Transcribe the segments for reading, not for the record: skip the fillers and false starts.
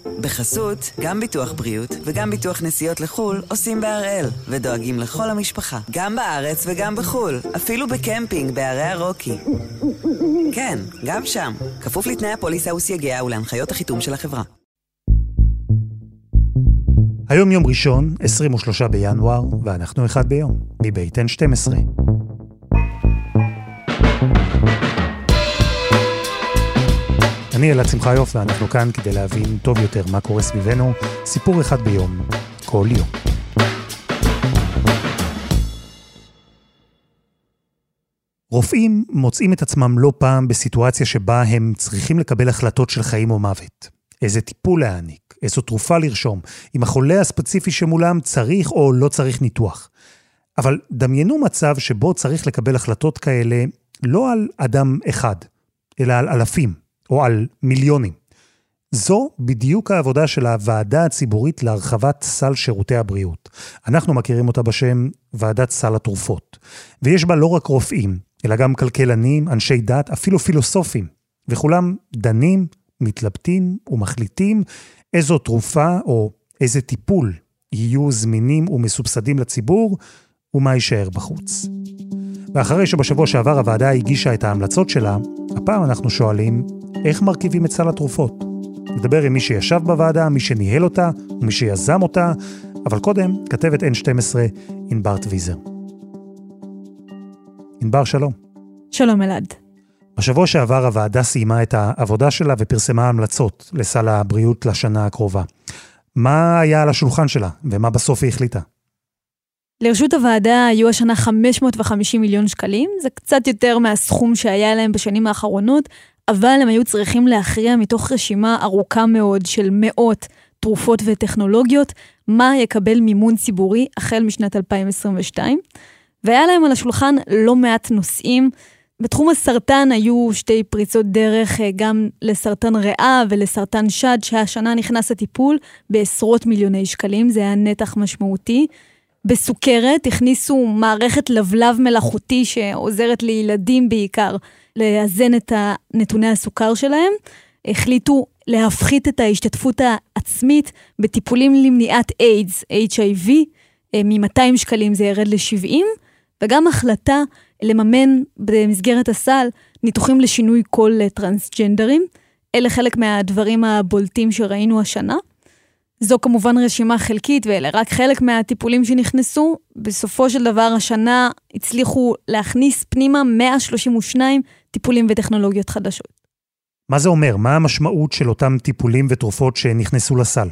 בחסות, גם ביטוח בריאות וגם ביטוח נסיעות לחול עושים בהראל, ודואגים לכל המשפחה, גם בארץ וגם בחול, אפילו בקמפינג בערי הרוקי. כן, גם שם, כפוף לתנאי הפוליסה וסייגיה ולהנחיות החיתום של החברה. היום יום ראשון, 23 בינואר, ואנחנו אחד ביום, מבית N12. אני אלעד שמחיוף, ואנחנו כאן כדי להבין טוב יותר מה קורה סביבנו, סיפור אחד ביום, כל יום. רופאים מוצאים את עצמם לא פעם בסיטואציה שבה הם צריכים לקבל החלטות של חיים או מוות. איזה טיפול להעניק, איזו תרופה לרשום, אם החולה הספציפי שמולם צריך או לא צריך ניתוח. אבל דמיינו מצב שבו צריך לקבל החלטות כאלה לא על אדם אחד, אלא על אלפים או על מיליונים. זו בדיוק העבודה של הוועדה הציבורית להרחבת סל שירותי הבריאות. אנחנו מכירים אותה בשם ועדת סל התרופות. ויש בה לא רק רופאים, אלא גם כלכלנים, אנשי דת, אפילו פילוסופים. וכולם דנים, מתלבטים ומחליטים איזו תרופה או איזה טיפול יהיו זמינים ומסובסדים לציבור, ומה יישאר בחוץ. ואחרי שבשבוע שעבר הוועדה הגישה את ההמלצות שלה, הפעם אנחנו שואלים, איך מרכיבים את סל התרופות? נדבר עם מי שישב בוועדה, מי שניהל אותה, ומי שיזם אותה, אבל קודם כתבת N12 ענבר טוויזר. ענבר, שלום. שלום אלעד. בשבוע שעבר הוועדה סיימה את העבודה שלה ופרסמה המלצות לסל הבריאות לשנה הקרובה. מה היה על השולחן שלה ומה בסוף היא החליטה? לרשות הוועדה היו השנה 550 מיליון שקלים, זה קצת יותר מהסכום שהיה להם בשנים האחרונות, אבל הם היו צריכים להכריע מתוך רשימה ארוכה מאוד של מאות תרופות וטכנולוגיות, מה יקבל מימון ציבורי החל משנת 2022, והיה להם על השולחן לא מעט נושאים. בתחום הסרטן היו שתי פריצות דרך, גם לסרטן ריאה ולסרטן שד, שהשנה נכנס הטיפול בעשרות מיליוני שקלים, זה היה נתח משמעותי. בסוכרת הכניסו מערכת לבלב מלאכותי שעוזרת לילדים בעיקר לאזן את נתוני הסוכר שלהם. החליטו להפחית את ההשתתפות העצמית בטיפולים למניעת איידס, HIV, מ-200 שקלים זה ירד ל-70, וגם החלטה לממן במסגרת הסל ניתוחים לשינוי קול טרנסג'נדרים. אלה חלק מהדברים הבולטים שראינו השנה. זו כמובן רשימה חלקית, ואלה רק חלק מהטיפולים שנכנסו. בסופו של דבר השנה הצליחו להכניס פנימה 132 טיפולים וטכנולוגיות חדשות. מה זה אומר? מה המשמעות של אותם טיפולים ותרופות שנכנסו לסל?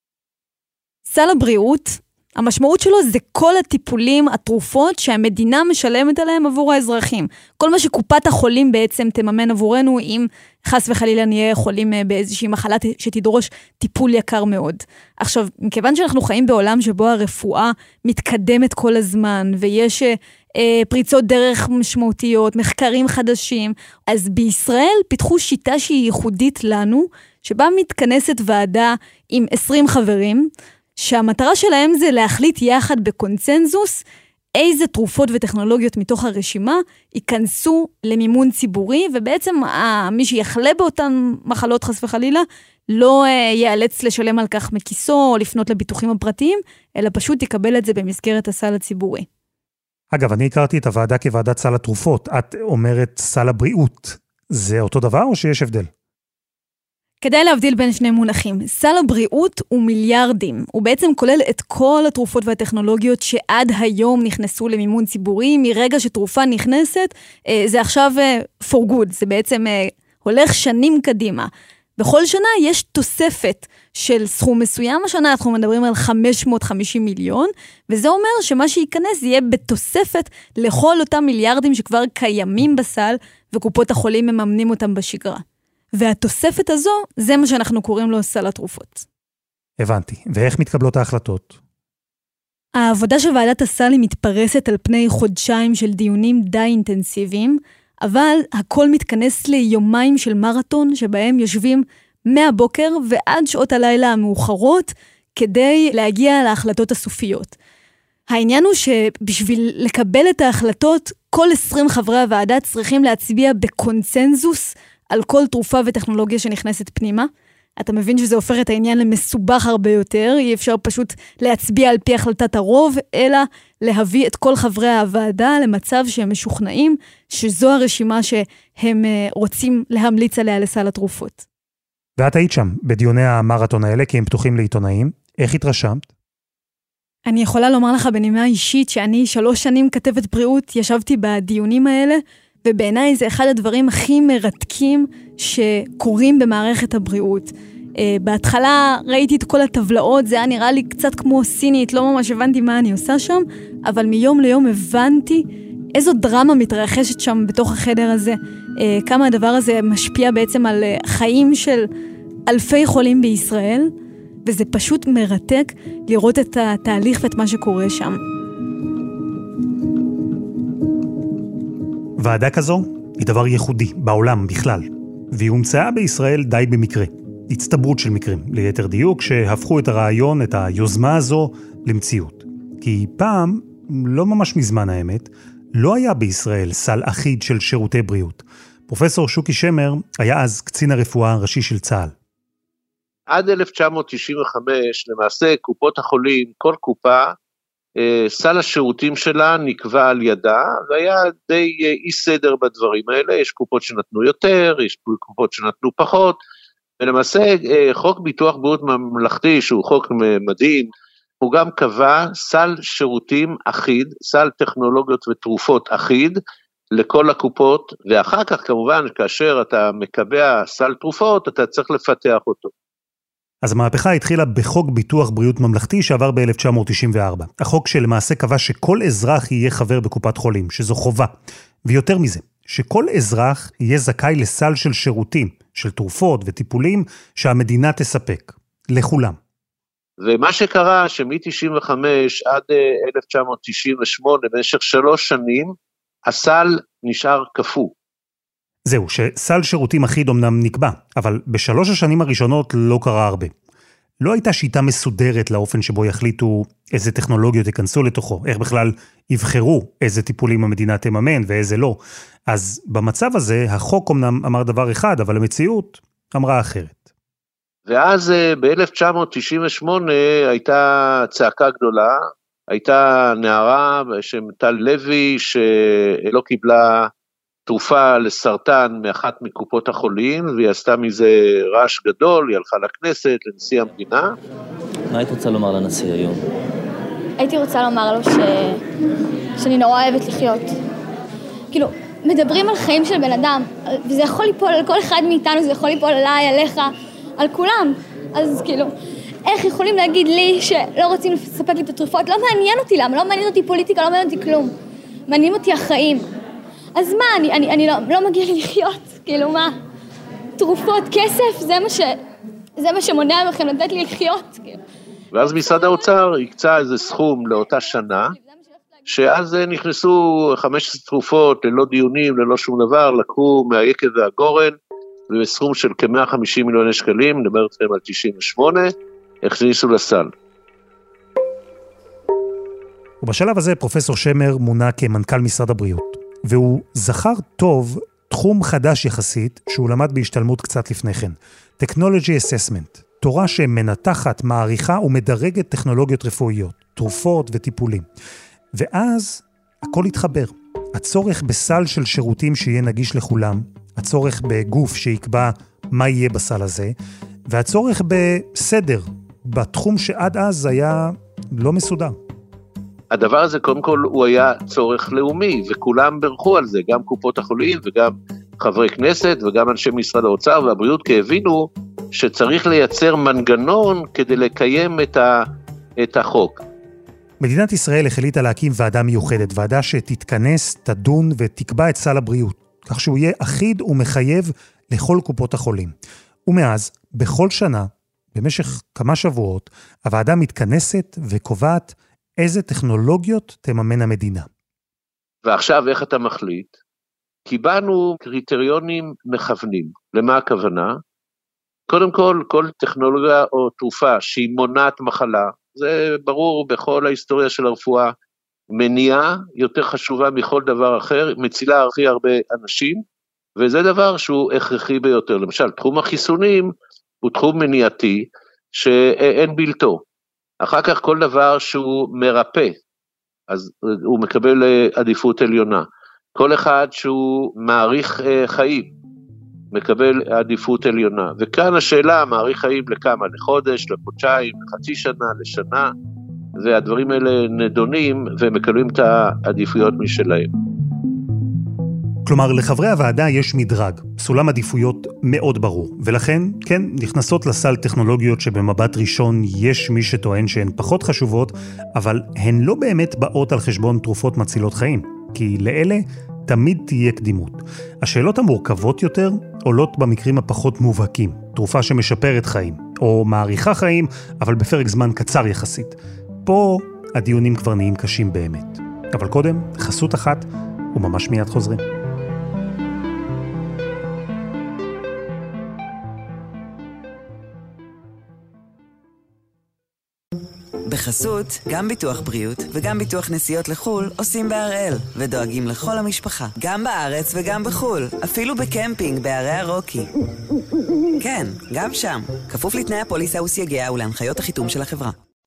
סל הבריאות, המשמעות שלו זה כל הטיפולים, התרופות שהמדינה משלמת עליהם עבור האזרחים. כל מה שקופת החולים בעצם תממן עבורנו, אם חס וחלילה נהיה חולים באיזושהי מחלה שתדרוש טיפול יקר מאוד. עכשיו, מכיוון שאנחנו חיים בעולם שבו הרפואה מתקדמת כל הזמן, ויש פריצות דרך משמעותיות, מחקרים חדשים, אז בישראל פיתחו שיטה שהיא ייחודית לנו, שבה מתכנסת ועדה עם 20 חברים, שהמטרה שלהם זה להחליט יחד בקונצנזוס איזה תרופות וטכנולוגיות מתוך הרשימה ייכנסו למימון ציבורי, ובעצם מי שיחלה באותן מחלות חס וחלילה לא ייאלץ לשלם על כך מכיסו או לפנות לביטוחים הפרטיים, אלא פשוט יקבל את זה במסגרת הסל הציבורי. אגב, אני הכרתי את הוועדה כוועדת סל התרופות. את אומרת סל הבריאות. זה אותו דבר או שיש הבדל? כדאי להבדיל בין שני מונחים. סל הבריאות הוא מיליארדים. הוא בעצם כולל את כל התרופות והטכנולוגיות שעד היום נכנסו למימון ציבורי. מרגע שתרופה נכנסת, זה עכשיו for good. זה בעצם הולך שנים קדימה. בכל שנה יש תוספת של סכום מסוים. השנה אנחנו מדברים על 550 מיליון, וזה אומר שמה שייכנס יהיה בתוספת לכל אותם מיליארדים שכבר קיימים בסל, וקופות החולים מממנים אותם בשגרה. והתוספת הזו, זה מה שאנחנו קוראים לו סל התרופות. הבנתי. ואיך מתקבלות ההחלטות? העבודה של ועדת הסל היא מתפרסת על פני חודשיים של דיונים די אינטנסיביים, אבל הכל מתכנס ליומיים של מרתון, שבהם יושבים מהבוקר ועד שעות הלילה המאוחרות, כדי להגיע להחלטות הסופיות. העניין הוא שבשביל לקבל את ההחלטות, כל 20 חברי הוועדה צריכים להצביע בקונצנזוס על כל תרופה וטכנולוגיה שנכנסת פנימה. אתה מבין שזה הופך את העניין למסובך הרבה יותר, אי אפשר פשוט להצביע על פי החלטת הרוב, אלא להביא את כל חברי הוועדה למצב שהם משוכנעים, שזו הרשימה שהם רוצים להמליץ עליה לסל התרופות. ואת היית שם, בדיוני המרתון האלה, כי הם פתוחים לעיתונאים. איך התרשמת? אני יכולה לומר לך בנימה אישית, שאני 3 שנים כתבת בריאות, ישבתי בדיונים האלה, ובעיניי זה אחד הדברים הכי מרתקים שקורים במערכת הבריאות. בהתחלה ראיתי את כל הטבלאות, זה היה נראה לי קצת כמו סינית, לא ממש הבנתי מה אני עושה שם, אבל מיום ליום הבנתי איזו דרמה מתרחשת שם בתוך החדר הזה, כמה הדבר הזה משפיע בעצם על חיים של אלפי חולים בישראל, וזה פשוט מרתק לראות את התהליך ואת מה שקורה שם. ועדה כזו היא דבר ייחודי בעולם בכלל, והיא הומצאה בישראל די במקרה. הצטברות של מקרים, ליתר דיוק, שהפכו את הרעיון, את היוזמה הזו, למציאות. כי פעם, לא ממש מזמן האמת, לא היה בישראל סל אחיד של שירותי בריאות. פרופסור שוקי שמר היה אז קצין הרפואה הראשי של צה"ל. עד 1995, למעשה, קופות החולים, כל קופה, סל השירותים שלה נקבע על ידה, והיה די אי סדר בדברים האלה, יש קופות שנתנו יותר, יש קופות שנתנו פחות, ולמעשה חוק ביטוח בריאות ממלכתי, שהוא חוק מדהים, הוא גם קבע סל שירותים אחיד, סל טכנולוגיות ותרופות אחיד, לכל הקופות, ואחר כך כמובן, כאשר אתה מקבע סל תרופות, אתה צריך לפתח אותו. אז המהפכה התחילה בחוק ביטוח בריאות ממלכתי שעבר ב-1994. החוק שלמעשה קבע שכל אזרח יהיה חבר בקופת חולים, שזו חובה. ויותר מזה, שכל אזרח יהיה זכאי לסל של שירותים, של תרופות וטיפולים שהמדינה תספק, לכולם. ומה שקרה שמ-95 עד 1998, במשך 3 שנים, הסל נשאר קפוא. זהו, שסל שירותים אחיד אמנם נקבע, אבל ב3 השנים הראשונות לא קרה הרבה. לא הייתה שיטה מסודרת לאופן שבו יחליטו איזה טכנולוגיות ייכנסו לתוכו, איך בכלל יבחרו איזה טיפולים המדינה תממן ואיזה לא. אז במצב הזה, החוק אמנם אמר דבר אחד, אבל המציאות אמרה אחרת. ואז ב-1998 הייתה צעקה גדולה, הייתה נערה בשם טל לוי שלא קיבלה תרופה לסרטן מאחת מקופות החולים, והיא עשתה מזה רעש גדול, היא הלכה לכנסת, לנשיא המדינה. מה היית רוצה לומר לנשיא היום? הייתי רוצה לומר לו שאני נורא אוהבת לחיות. כאילו, מדברים על חיים של בן אדם, וזה יכול ליפול על כל אחד מאיתנו, זה יכול ליפול עליי, עליך, על כולם. אז כאילו, איך יכולים להגיד לי שלא רוצים לספק לי את התרופות? לא מעניין אותי למה, לא מעניין אותי פוליטיקה, לא מעניין אותי כלום. מעניין אותי החיים. אז מה, אני לא מגיע לי לחיות, כאילו מה? תרופות, כסף, זה מה שמונע מכם לתת לי לחיות. ואז משרד האוצר הקצה איזה סכום לאותה שנה, שאז נכנסו 15 תרופות ללא דיונים, ללא שום דבר, לקחו מהיקב והגורן, ובסכום של כ-150 מיליון שקלים, נדבר אתכם על 98, הכניסו לסל. ובשלב הזה פרופסור שמר מונה כמנכ"ל משרד הבריאות. והוא זכר טוב תחום חדש יחסית שהוא למד בהשתלמות קצת לפני כן. Technology Assessment, תורה שמנתחת, מעריכה ומדרגת טכנולוגיות רפואיות, תרופות וטיפולים. ואז הכל התחבר. הצורך בסל של שירותים שיהיה נגיש לכולם, הצורך בגוף שיקבע מה יהיה בסל הזה, והצורך בסדר, בתחום שעד אז היה לא מסודר. הדבר הזה קודם כל הוא היה צורך לאומי, וכולם ברכו על זה, גם קופות החולים וגם חברי כנסת וגם אנשי משרד האוצר והבריאות, כי הבינו שצריך לייצר מנגנון כדי לקיים את החוק. מדינת ישראל החליטה להקים ועדה מיוחדת, ועדה שתתכנס, תדון ותקבע את סל הבריאות, כך שהוא יהיה אחיד ומחייב לכל קופות החולים. ומאז, בכל שנה, במשך כמה שבועות, הוועדה מתכנסת וקובעת איזה טכנולוגיות תממן המדינה. ועכשיו איך אתה מחליט? קיבלנו קריטריונים מכוונים. למה הכוונה? קודם כל טכנולוגיה או תרופה שהיא מונעת מחלה, זה ברור בכל ההיסטוריה של הרפואה, מניעה יותר חשובה מכל דבר אחר, מצילה הכי הרבה אנשים, וזה דבר שהוא הכרחי ביותר. למשל, תחום החיסונים הוא תחום מניעתי שאין בלתו. אחר כך כל דבר שהוא מרפא, אז הוא מקבל עדיפות עליונה. כל אחד שהוא מעריך חיים, מקבל עדיפות עליונה. וכאן השאלה, מעריך חיים לכמה? לחודש, לחודשיים, לחצי שנה, לשנה, והדברים האלה נדונים ומקבלים את העדיפויות משלהם. כלומר, לחברי הוועדה יש מדרג, סולם עדיפויות מאוד ברור, ולכן, כן, נכנסות לסל טכנולוגיות שבמבט ראשון יש מי שטוען שהן פחות חשובות, אבל הן לא באמת באות על חשבון תרופות מצילות חיים, כי לאלה תמיד תהיה קדימות. השאלות המורכבות יותר עולות במקרים הפחות מובהקים, תרופה שמשפרת חיים, או מאריכה חיים, אבל בפרק זמן קצר יחסית. פה הדיונים כבר נהיים קשים באמת. אבל קודם, חסות אחת, וממש מיד חוזרים. בחסות, גם ביטוח בריאות וגם ביטוח נסיעות לחול עושים בהראל, ודואגים לכל המשפחה, גם בארץ וגם בחול, אפילו בקמפינג בערי הרוקי. כן, גם שם, כפוף לתנאי הפוליסה וסייגיה ולהנחיות החיתום של החברה.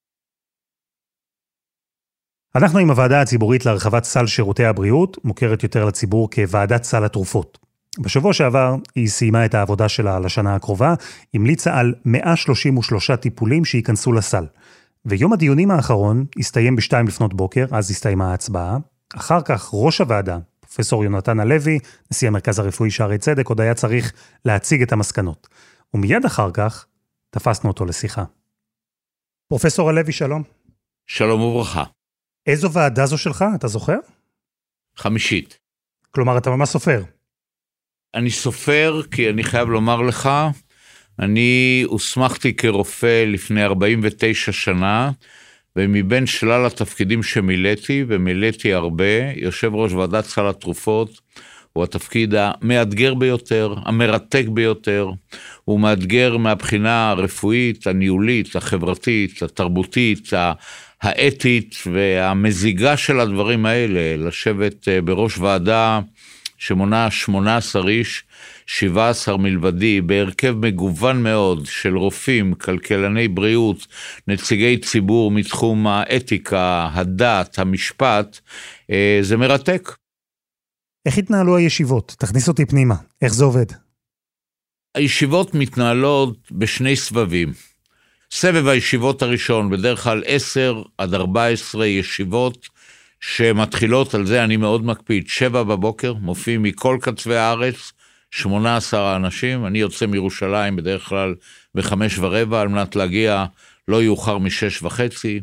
אנחנו עם הוועדה הציבורית להרחבת סל שירותי הבריאות, מוכרת יותר לציבור כוועדת סל התרופות. בשבוע שעבר היא סיימה את העבודה שלה לשנה הקרובה, המליצה על 133 טיפולים שייכנסו לסל. ויום הדיונים האחרון הסתיים ב-2 לפנות בוקר, אז הסתיימה ההצבעה. אחר כך ראש הוועדה, פרופסור יונתן הלוי, נשיא המרכז הרפואי שערי צדק, עוד היה צריך להציג את המסקנות. ומיד אחר כך תפסנו אותו לשיחה. פרופסור הלוי, שלום. שלום וברכה. איזו ועדה זו שלך, אתה זוכר? 5. כלומר, אתה ממש סופר. אני סופר כי אני חייב לומר לך, אני הוסמכתי כרופא לפני 49 שנה, ומבין שלל התפקידים שמילאתי, ומילאתי הרבה, יושב ראש ועדת סל התרופות, הוא התפקיד המאתגר ביותר, המרתק ביותר, הוא מאתגר מהבחינה הרפואית, הניהולית, החברתית, התרבותית, האתית, והמזיגה של הדברים האלה, לשבת בראש ועדה שמונה 18 איש, 17 מלבדי, בהרכב מגוון מאוד של רופאים, כלכלני בריאות, נציגי ציבור מתחום האתיקה, הדת, המשפט, זה מרתק. איך התנהלו הישיבות? תכניס אותי פנימה. איך זה עובד? הישיבות מתנהלות בשני סבבים. סבב הישיבות הראשון, בדרך כלל 10 עד 14 ישיבות, שמתחילות על זה, אני מאוד מקפיד, 7 בבוקר, מופיעים מכל קצווי הארץ, 18 אנשים, אני יוצא מירושלים בדרך כלל ב5:15, על מנת להגיע לא יאוחר מ6:30,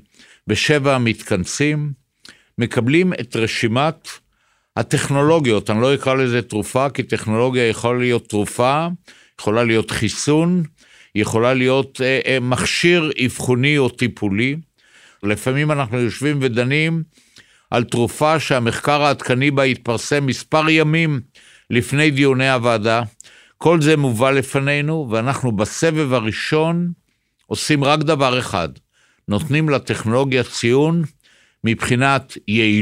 ב7 מתכנסים, מקבלים את רשימת הטכנולוגיות, אני לא אקרא לזה תרופה, כי טכנולוגיה יכולה להיות תרופה, יכולה להיות חיסון, יכולה להיות מכשיר אבחוני או טיפולי, לפעמים אנחנו יושבים ודנים על תרופה שהמחקר העדכני בה יתפרסם מספר ימים לפני דיוני הוועדה, כל זה מובא לפנינו, ואנחנו בסבב הראשון עושים רק דבר אחד, נותנים לטכנולוגיה ציון מבחינת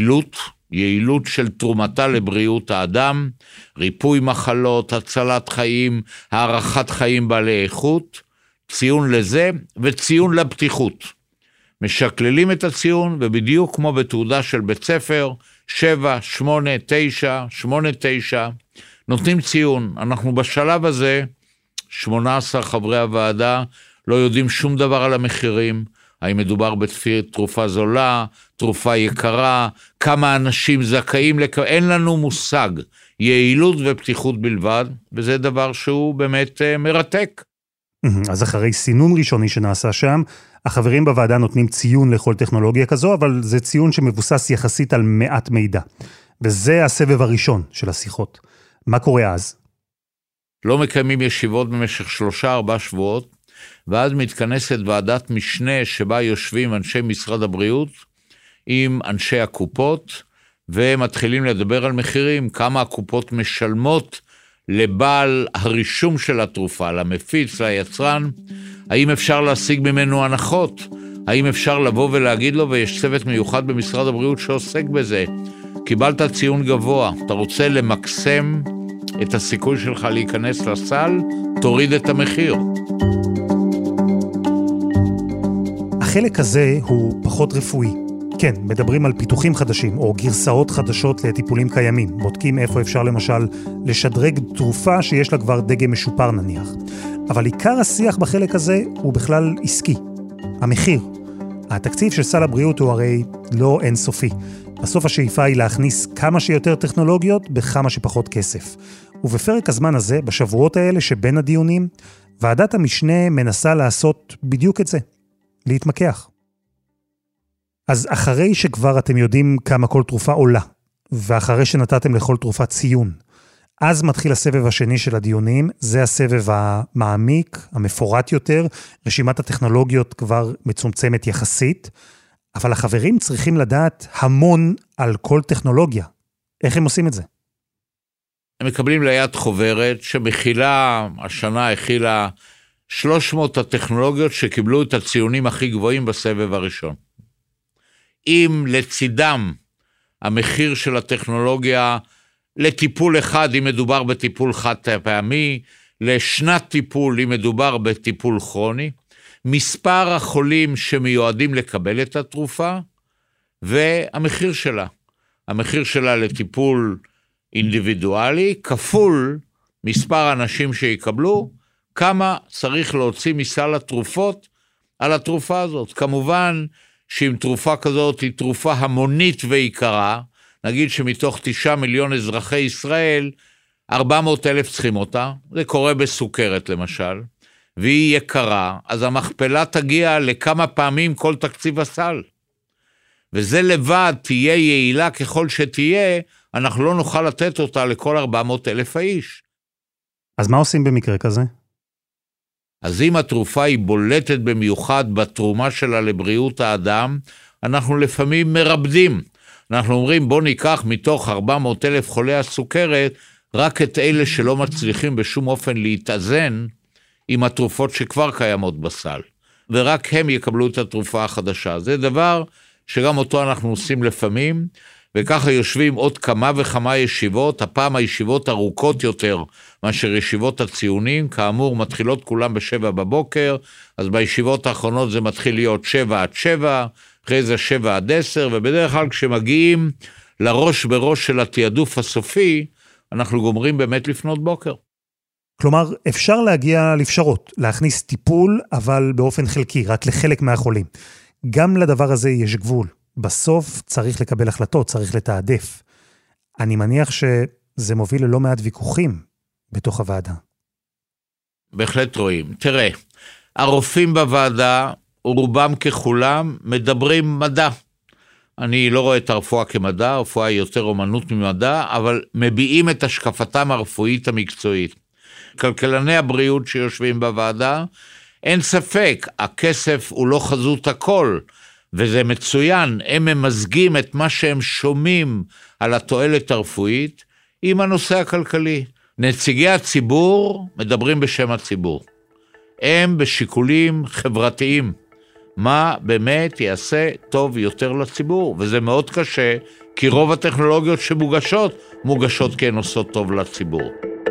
יעילות של תרומתה לבריאות האדם, ריפוי מחלות, הצלת חיים, הערכת חיים בעלי איכות, ציון לזה וציון לפתיחות. משקללים את הציון, ובדיוק כמו בתעודה של בית ספר, 7, 8, 9, 8, 9, נותנים ציון. אנחנו בשלב הזה, 18 חברי הוועדה, לא יודעים שום דבר על המחירים, האם מדובר בתרופה זולה, תרופה יקרה, כמה אנשים זכאים, אין לנו מושג, יעילות ופתיחות בלבד, וזה דבר שהוא באמת מרתק. אז אחרי סינון ראשוני שנעשה שם, החברים בוועדה נותנים ציון לכל טכנולוגיה כזו, אבל זה ציון שמבוסס יחסית על מעט מידע. וזה הסבב הראשון של השיחות. מה קורה אז? לא מקיימים ישיבות במשך 3-4 שבועות, ואז מתכנסת ועדת משנה שבה יושבים אנשי משרד הבריאות, עם אנשי הקופות, ומתחילים לדבר על מחירים, כמה הקופות משלמות לבעל הרישום של התרופה, למפיץ, ליצרן, האם אפשר להשיג ממנו הנחות, האם אפשר לבוא ולהגיד לו, ויש צוות מיוחד במשרד הבריאות שעוסק בזה, קיבלת ציון גבוה, אתה רוצה למקסם את הסיכוי שלך להיכנס לסל, תוריד את המחיר. החלק הזה הוא פחות רפואי. כן, מדברים על פיתוחים חדשים או גרסאות חדשות לטיפולים קיימים. בודקים איפה אפשר למשל לשדרג תרופה שיש לה כבר דגם משופר נניח. אבל עיקר השיח בחלק הזה הוא בכלל עסקי. המחיר. התקציב של סל הבריאות הוא הרי לא אינסופי. בסוף השאיפה היא להכניס כמה שיותר טכנולוגיות בכמה שפחות כסף. ובפרק הזמן הזה, בשבועות האלה שבין הדיונים, ועדת המשנה מנסה לעשות בדיוק את זה. להתמקח. אז אחרי שכבר אתם יודעים כמה כל תרופה עולה, ואחרי שנתתם לכל תרופה ציון, אז מתחיל הסבב השני של הדיונים, זה הסבב המעמיק, המפורט יותר, רשימת הטכנולוגיות כבר מצומצמת יחסית, אבל החברים צריכים לדעת המון על כל טכנולוגיה. איך הם עושים את זה? הם מקבלים ליד חוברת שמכילה, השנה הכילה 300 הטכנולוגיות שקיבלו את הציונים הכי גבוהים בסבב הראשון. אם לצידם המחיר של הטכנולוגיה לטיפול אחד, אם מדובר בטיפול חד פעמי, לשנת טיפול, אם מדובר בטיפול כרוני, מספר החולים שמיועדים לקבל את התרופה, והמחיר שלה. המחיר שלה לטיפול אינדיבידואלי, כפול מספר האנשים שיקבלו, כמה צריך להוציא מסל התרופות על התרופה הזאת. כמובן שאם תרופה כזאת היא תרופה המונית ויקרה, נגיד שמתוך 9 מיליון אזרחי ישראל, 400,000 צריכים אותה, זה קורה בסוכרת למשל, והיא יקרה, אז המכפלה תגיע לכמה פעמים כל תקציב הסל. וזה לבד תהיה יעילה ככל שתהיה, אנחנו לא נוכל לתת אותה לכל 400,000 האיש. אז מה עושים במקרה כזה? אז אם התרופה היא בולטת במיוחד בתרומה שלה לבריאות האדם, אנחנו לפעמים מרבדים. אנחנו אומרים בוא ניקח מתוך 400,000 חולי הסוכרת, רק את אלה שלא מצליחים בשום אופן להתאזן עם התרופות שכבר קיימות בסל. ורק הם יקבלו את התרופה החדשה. זה דבר שגם אותו אנחנו עושים לפעמים, וככה יושבים עוד כמה וכמה ישיבות, הפעם הישיבות ארוכות יותר מאשר ישיבות הציונים, כאמור מתחילות כולם ב7 בבוקר, אז בישיבות האחרונות זה מתחיל להיות 7-7, אחרי זה 7-10, ובדרך כלל כשמגיעים לראש בראש של התיעדוף הסופי, אנחנו גומרים באמת לפנות בוקר. כלומר, אפשר להגיע לפשרות, להכניס טיפול, אבל באופן חלקי, רק לחלק מהחולים. גם לדבר הזה יש גבול. בסוף צריך לקבל החלטות, צריך לתעדף. אני מניח שזה מוביל ללא מעט ויכוחים בתוך הוועדה. בהחלט רואים. תראה, הרופאים בוועדה, רובם ככולם, מדברים מדע. אני לא רואה את הרפואה כמדע, הרפואה היא יותר אומנות ממדע, אבל מביעים את השקפתם הרפואית המקצועית. כלכלני הבריאות שיושבים בוועדה, אין ספק, הכסף הוא לא חזות הכל, וזה מצוין, הם ממזגים את מה שהם שומעים על התועלת הרפואית עם הנושא הכלכלי. נציגי הציבור מדברים בשם הציבור. הם בשיקולים חברתיים. מה באמת יעשה טוב יותר לציבור, וזה מאוד קשה, כי רוב הטכנולוגיות מוגשות כי הן עושות טוב לציבור.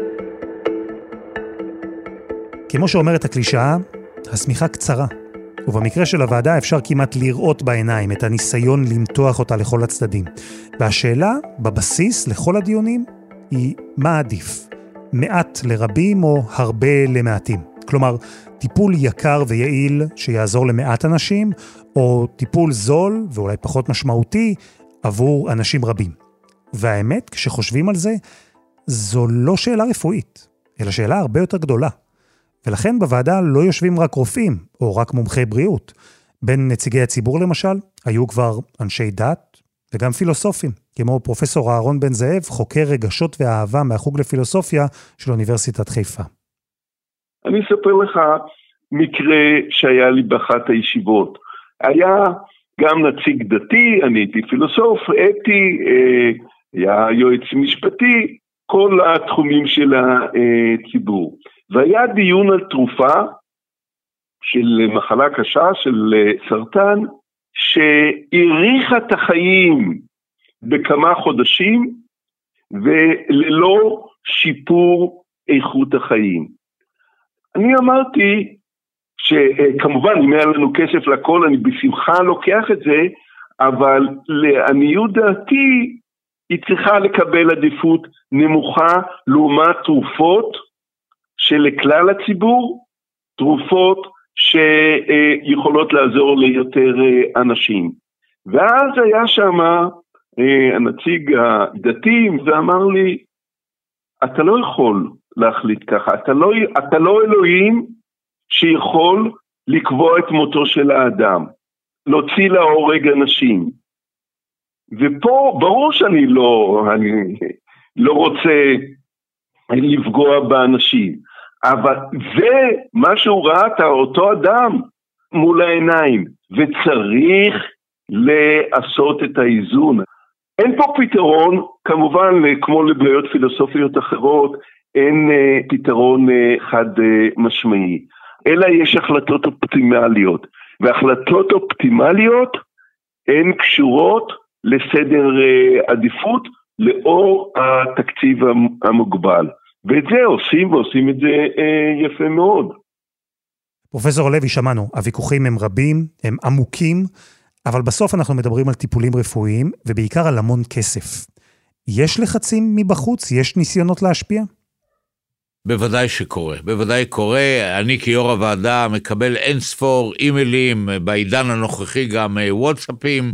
כמו שאומרת הקלישאה, השמיכה קצרה. ובמקרה של הוועדה אפשר כמעט לראות בעיניים את הניסיון למתוח אותה לכל הצדדים. והשאלה, בבסיס לכל הדיונים, היא מה עדיף? מעט לרבים או הרבה למעטים? כלומר, טיפול יקר ויעיל שיעזור למעט אנשים, או טיפול זול ואולי פחות משמעותי עבור אנשים רבים. והאמת, כשחושבים על זה, זו לא שאלה רפואית, אלא שאלה הרבה יותר גדולה. ולכן בוועדה לא יושבים רק רופאים, או רק מומחי בריאות. בין נציגי הציבור למשל, היו כבר אנשי דת, וגם פילוסופים, כמו פרופסור אהרון בן זאב, חוקר רגשות ואהבה מהחוג לפילוסופיה של אוניברסיטת חיפה. אני אספר לך מקרה שהיה לי באחת הישיבות. היה גם נציג דתי, אני הייתי פילוסוף, אתי, היה יועץ משפטי, כל התחומים של הציבור. והיה דיון על תרופה של מחלה קשה, של סרטן, שהאריכה את החיים בכמה חודשים, וללא שיפור איכות החיים. אני אמרתי שכמובן אם היה לנו כסף לכל אני בשמחה לוקח את זה, אבל לעניות דעתי היא צריכה לקבל עדיפות נמוכה לעומת תרופות שלכלל הציבור, תרופות שיכולות לעזור ליותר אנשים. ואז היה שם הנציג הדתי ואמר לי, אתה לא יכול להחליט ככה, אתה לא אלוהים שיכול לקבוע את מותו של האדם, להוציא להורג אנשים. ופה ברור שאני לא רוצה לפגוע באנשים, אבל זה מה שהוא ראה אותו אדם מול העיניים, וצריך לעשות את האיזון. אין פה פתרון, כמובן כמו לבעיות פילוסופיות אחרות, אין פתרון חד משמעי, אלא יש החלטות אופטימליות, והחלטות אופטימליות הן קשורות לסדר עדיפות לאור התקציב המוגבל. ואת זה עושים, ועושים את זה יפה מאוד. פרופסור לוי, שמענו, הוויכוחים הם רבים, הם עמוקים, אבל בסוף אנחנו מדברים על טיפולים רפואיים, ובעיקר על המון כסף. יש לחצים מבחוץ? יש ניסיונות להשפיע? בוודאי שקורה, בוודאי קורה. אני כיו"ר הוועדה מקבל אין ספור אימיילים, בעידן הנוכחי גם וואטסאפים,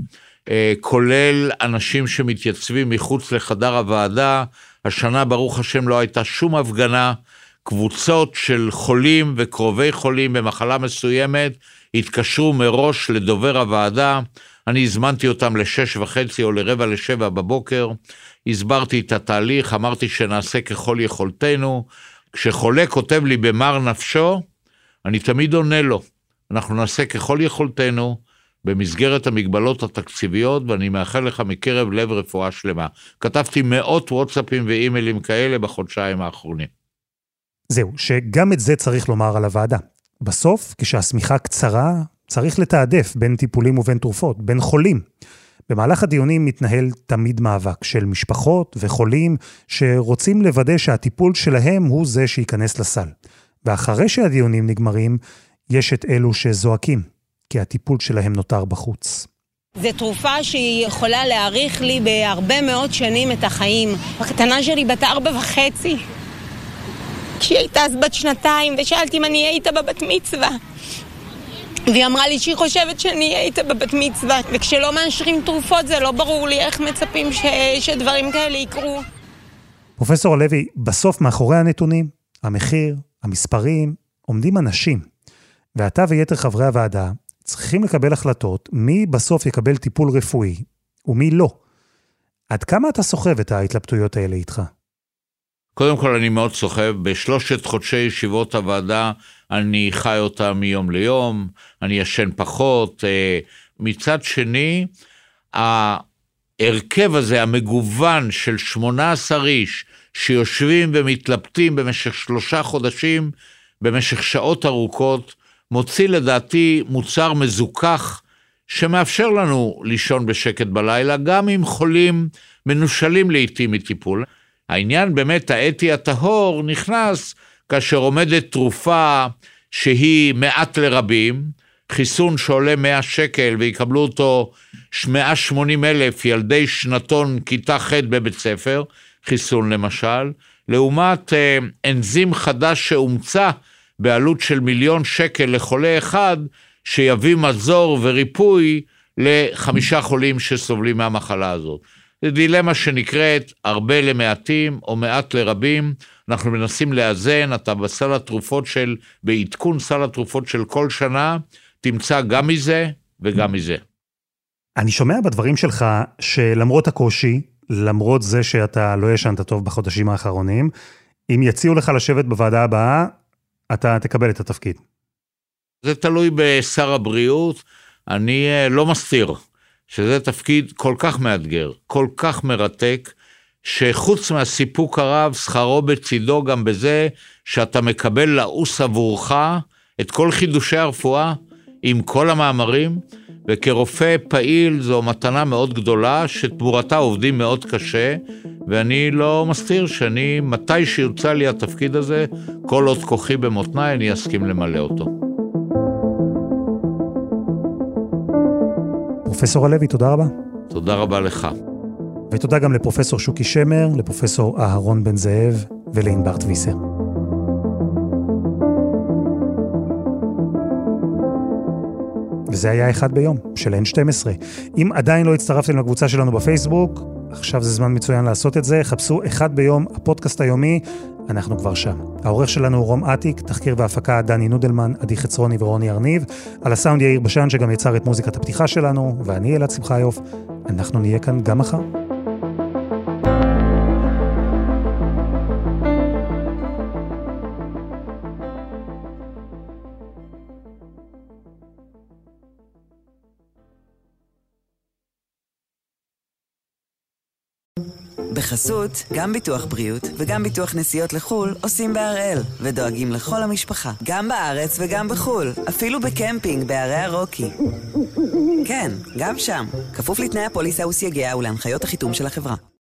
כולל אנשים שמתייצבים מחוץ לחדר הוועדה. השנה ברוך השם לא הייתה שום הפגנה, קבוצות של חולים וקרובי חולים במחלה מסוימת, התקשרו מראש לדובר הוועדה, אני הזמנתי אותם 6:30 או 6:45 בבוקר, הסברתי את התהליך, אמרתי שנעשה ככל יכולתנו, כשחולה כותב לי במר נפשו, אני תמיד עונה לו, אנחנו נעשה ככל יכולתנו, במסגרת המגבלות התקציביות, ואני מאחל לך מקרב לב רפואה שלמה. כתבתי מאות וואטסאפים ואימיילים כאלה בחודשיים האחרונים. זהו, שגם את זה צריך לומר על הוועדה. בסוף, כשהסמיכה קצרה, צריך לתעדף בין טיפולים ובין תרופות, בין חולים. במהלך הדיונים מתנהל תמיד מאבק של משפחות וחולים שרוצים לוודא שהטיפול שלהם הוא זה שייכנס לסל. ואחרי שהדיונים נגמרים, יש את אלו שזועקים, כי הטיפול שלהם נותר בחוץ. זו תרופה שהיא יכולה להאריך לי בהרבה מאוד שנים את החיים. הקטנה שלי בת 4.5. כשהיא הייתה אז בת 2 ושאלתי אם אני אהיה איתה בבת מצווה. והיא אמרה לי שהיא חושבת שאני אהיה איתה בבת מצווה. וכשלא מאשרים תרופות זה לא ברור לי איך מצפים שדברים כאלה יקרו. פרופסור לוי, בסוף מאחורי הנתונים, המחיר, המספרים, עומדים אנשים. ואתה ויתר חברי הוועדה צריכים לקבל החלטות מי בסוף יקבל טיפול רפואי ומי לא. עד כמה אתה סוחב את ההתלבטויות האלה איתך? קודם כל אני מאוד סוחב, ב3 חודשי ישיבות הוועדה אני חי אותה מיום ליום, אני ישן פחות, מצד שני, ההרכב הזה המגוון של 18 איש שיושבים ומתלבטים במשך 3 חודשים, במשך שעות ארוכות, מוציא לדעתי מוצר מזוכח שמאפשר לנו לישון בשקט בלילה, גם אם חולים מנושלים לעתים מטיפול. העניין באמת האתי הטהור נכנס כאשר עומדת תרופה שהיא מעט לרבים, חיסון שעולה 100 שקל ויקבלו אותו 180,000 ילדי שנתון כיתה ח' בבית ספר, חיסון למשל, לעומת אנזים חדש שאומצה בעלות של 1,000,000 שקל לחולה אחד, שיביא מזור וריפוי ל5 חולים שסובלים מהמחלה הזאת. זה דילמה שנקראת הרבה למעטים או מעט לרבים, אנחנו מנסים לאזן, אתה בסל התרופות בעדכון סל התרופות של כל שנה, תמצא גם מזה וגם מזה. אני שומע בדברים שלך שלמרות הקושי, למרות זה שאתה לא ישנת טוב בחודשים האחרונים, אם יציעו לך לשבת בוועדה הבאה, אתה תקבל את התפקיד. זה תלוי בשר הבריאות, אני לא מסתיר, שזה תפקיד כל כך מאתגר, כל כך מרתק, שחוץ מהסיפוק הרב, שכרו בצידו גם בזה, שאתה מקבל לעוס עבורך את כל חידושי הרפואה, עם כל המאמרים, וכרופא פעיל זו מתנה מאוד גדולה, שתמורתה עובדים מאוד קשה, ואני לא מסתיר שאני, מתי שיוצא לי התפקיד הזה, כל עוד כוחי במותניי, אני אסכים למלא אותו. פרופסור הלוי, תודה רבה. תודה רבה לך. ותודה גם לפרופסור שוקי שמר, לפרופסור אהרון בן זאב ולענבר טוויסר. וזה היה אחד ביום, של N12. אם עדיין לא הצטרפתם לקבוצה שלנו בפייסבוק, עכשיו זה זמן מצוין לעשות את זה. חפשו אחד ביום, הפודקאסט היומי, אנחנו כבר שם. העורך שלנו הוא רום עתיק, תחקיר והפקה דני נודלמן, עדי חצרוני ורוני ארניב, על הסאונד יאיר בשן שגם יצר את מוזיקת הפתיחה שלנו, ואני אלעד שמחיוף. אנחנו נהיה כאן גם מחר. בחסות, גם ביטוח בריאות וגם ביטוח נסיעות לחול עושים בהראל ודואגים לכל המשפחה, גם בארץ וגם בחול, אפילו בקמפינג בערי הרוקי. כן, גם שם, כפוף לתנאי הפוליסה וסייגיה ולהנחיות החיתום של החברה.